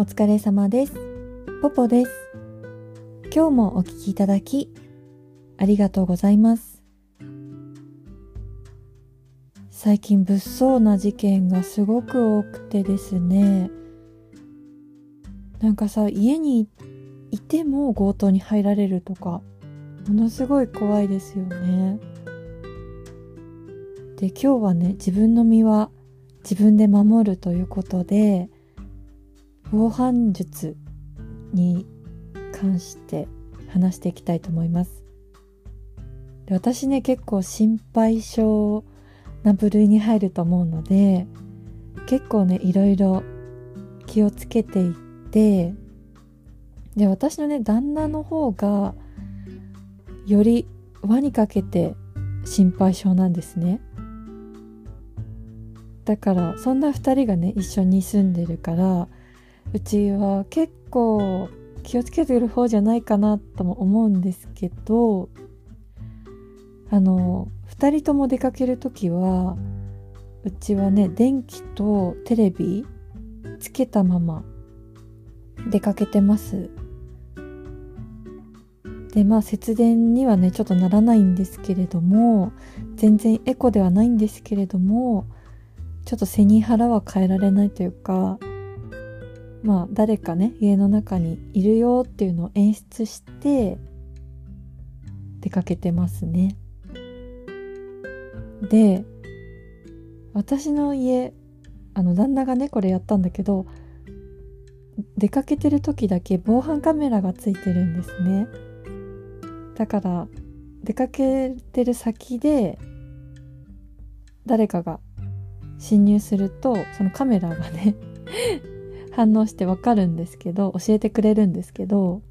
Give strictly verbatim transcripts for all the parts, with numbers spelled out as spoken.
お疲れ様です。ポポです。今日もお聞きいただきありがとうございます。最近物騒な事件がすごく多くてですね、なんかさ、家にいても強盗に入られるとか、ものすごい怖いですよね。で、今日はね、自分の身は自分で守るということで、防犯術に関して話していきたいと思います。で、私ね、結構心配性な部類に入ると思うので、結構ね、いろいろ気をつけていって、で、私のね、旦那の方がより輪にかけて心配性なんですね。だからそんな二人がね、一緒に住んでるから、うちは結構気をつけてる方じゃないかなとも思うんですけど、あの二人とも出かけるときは、うちはね、電気とテレビつけたまま出かけてます。で、まあ節電にはね、ちょっとならないんですけれども、全然エコではないんですけれども、ちょっと背に腹は変えられないというか、まあ誰かね、家の中にいるよっていうのを演出して出かけてますね。で、私の家、あの旦那がね、これやったんだけど、出かけてる時だけ防犯カメラがついてるんですね。だから出かけてる先で誰かが侵入すると、そのカメラがね反応してわかるんですけど、教えてくれるんですけど、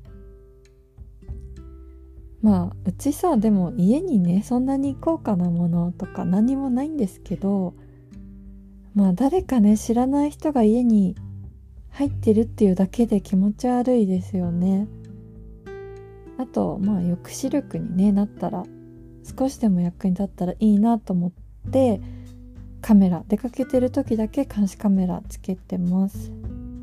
まあうちさ、でも家にね、そんなに高価なものとか何もないんですけど、まあ誰かね、知らない人が家に入ってるっていうだけで気持ち悪いですよね。あと、まあ抑止力に、ね、なったら、少しでも役に立ったらいいなと思って、カメラ、出かけてる時だけ監視カメラつけてます。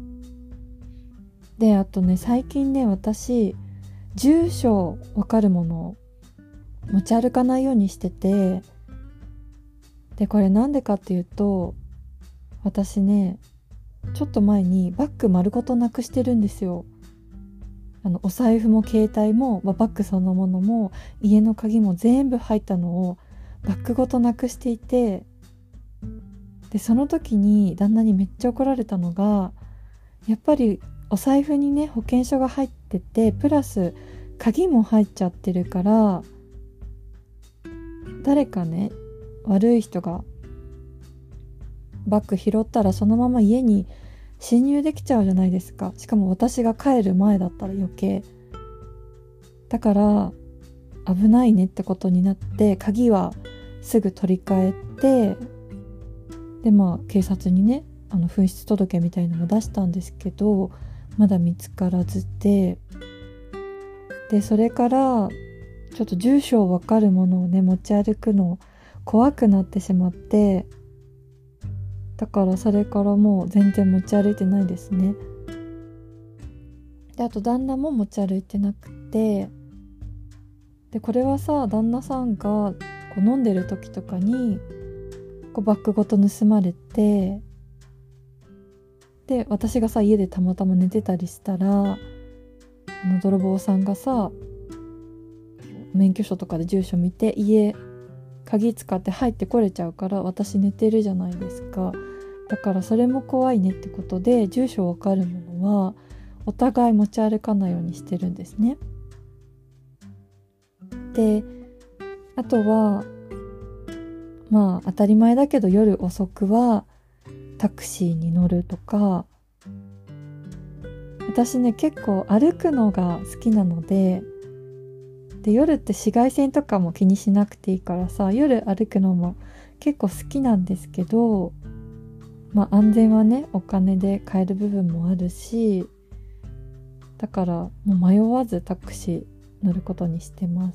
で、あとね、最近ね、私住所わかるものを持ち歩かないようにしてて、で、これなんでかっていうと、私ね、ちょっと前にバッグ丸ごとなくしてるんですよ。あのお財布も携帯も、まあ、バッグそのものも家の鍵も全部入ったのをバッグごとなくしていて、でその時に旦那にめっちゃ怒られたのが、やっぱりお財布にね、保険証が入ってて、プラス鍵も入っちゃってるから、誰かね、悪い人がバッグ拾ったらそのまま家に侵入できちゃうじゃないですか。しかも私が帰る前だったら余計だから、危ないねってことになって、鍵はすぐ取り替えて、でまあ警察にね、あの紛失届みたいなのも出したんですけど、まだ見つからずで、でそれからちょっと住所わかるものをね、持ち歩くの怖くなってしまって、だからそれからもう全然持ち歩いてないですね。で、あと旦那も持ち歩いてなくて、でこれはさ、旦那さんがこう飲んでる時とかにこうバッグごと盗まれて、で私がさ、家でたまたま寝てたりしたら、あの泥棒さんがさ、免許証とかで住所見て家鍵使って入ってこれちゃうから、私寝てるじゃないですか。だからそれも怖いねってことで、住所わかるものはお互い持ち歩かないようにしてるんですね。で、あとはまあ当たり前だけど、夜遅くはタクシーに乗るとか、私ね、結構歩くのが好きなので、で夜って紫外線とかも気にしなくていいからさ、夜歩くのも結構好きなんですけど、まあ安全はね、お金で買える部分もあるし、だからもう迷わずタクシー乗ることにしてます。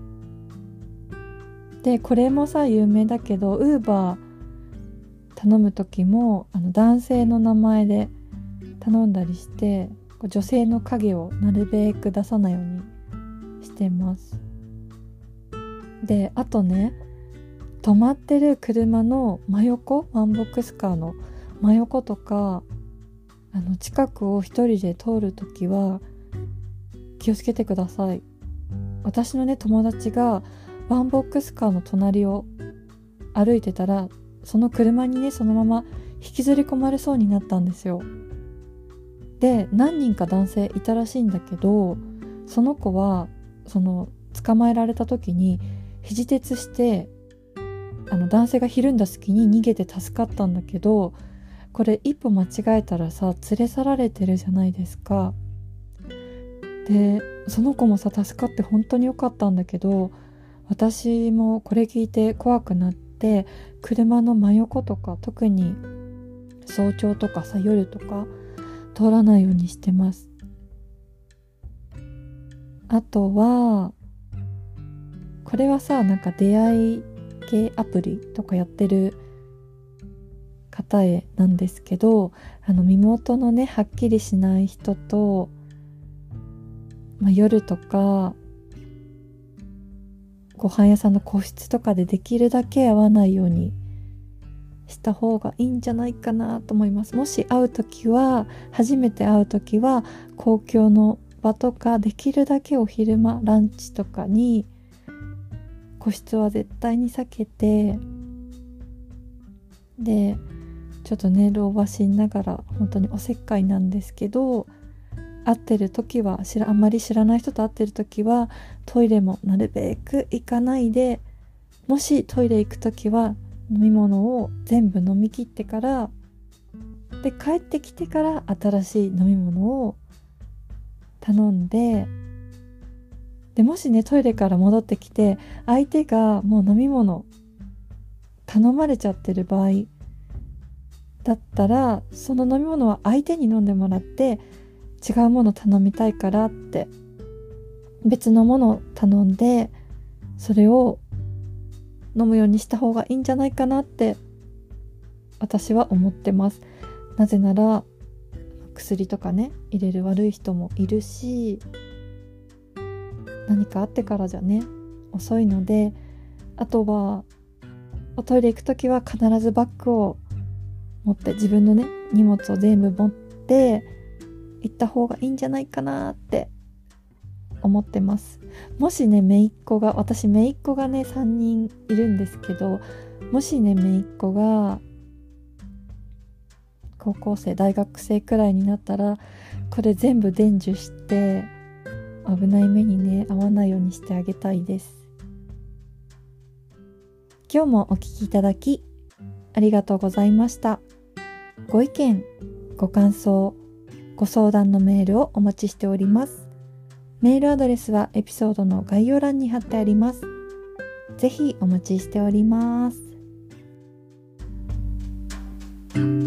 でこれもさ、有名だけど、ウーバー頼む時もあの男性の名前で頼んだりして、女性の影をなるべく出さないようにしてます。で、あとね、止まってる車の真横、ワンボックスカーの真横とか、あの近くを一人で通るときは気をつけてください。私のね、友達がワンボックスカーの隣を歩いてたら、その車にね、そのまま引きずり込まれそうになったんですよ。で、何人か男性いたらしいんだけど、その子はその捕まえられた時に肘鉄して、あの男性がひるんだ隙に逃げて助かったんだけど、これ一歩間違えたらさ、連れ去られてるじゃないですか。で、その子もさ、助かって本当に良かったんだけど、私もこれ聞いて怖くなって、車の真横とか、特に早朝とかさ、夜とか通らないようにしてます。あとはこれはさ、なんか出会い系アプリとかやってる方へなんですけど、あの身元のね、はっきりしない人と、まあ、夜とかご飯屋さんの個室とかでできるだけ会わないようにした方がいいんじゃないかなと思います。もし会うときは、初めて会うときは公共の場とか、できるだけお昼間ランチとかに個室は絶対に避けて、でちょっとね、老婆しながら本当におせっかいなんですけど、会ってる時は知らあんまり知らない人と会ってる時はトイレもなるべく行かないで、もしトイレ行く時は飲み物を全部飲み切ってから、で帰ってきてから新しい飲み物を頼んで、でもしね、トイレから戻ってきて相手がもう飲み物頼まれちゃってる場合だったら、その飲み物は相手に飲んでもらって、違うもの頼みたいからって別のものを頼んで、それを飲むようにした方がいいんじゃないかなって私は思ってます。なぜなら薬とかね、入れる悪い人もいるし、何かあってからじゃね、遅いので、あとはおトイレ行くときは必ずバッグを持って、自分のね、荷物を全部持って行った方がいいんじゃないかなって思ってます。もしね、姪っ子が、私姪っ子がねさんにんいるんですけど、もしね、姪っ子が高校生、大学生くらいになったら、これ全部伝授して危ない目にね、遭わないようにしてあげたいです。今日もお聞きいただきありがとうございました。ご意見、ご感想、ご相談のメールをお待ちしております。メールアドレスはエピソードの概要欄に貼ってあります。ぜひお待ちしております。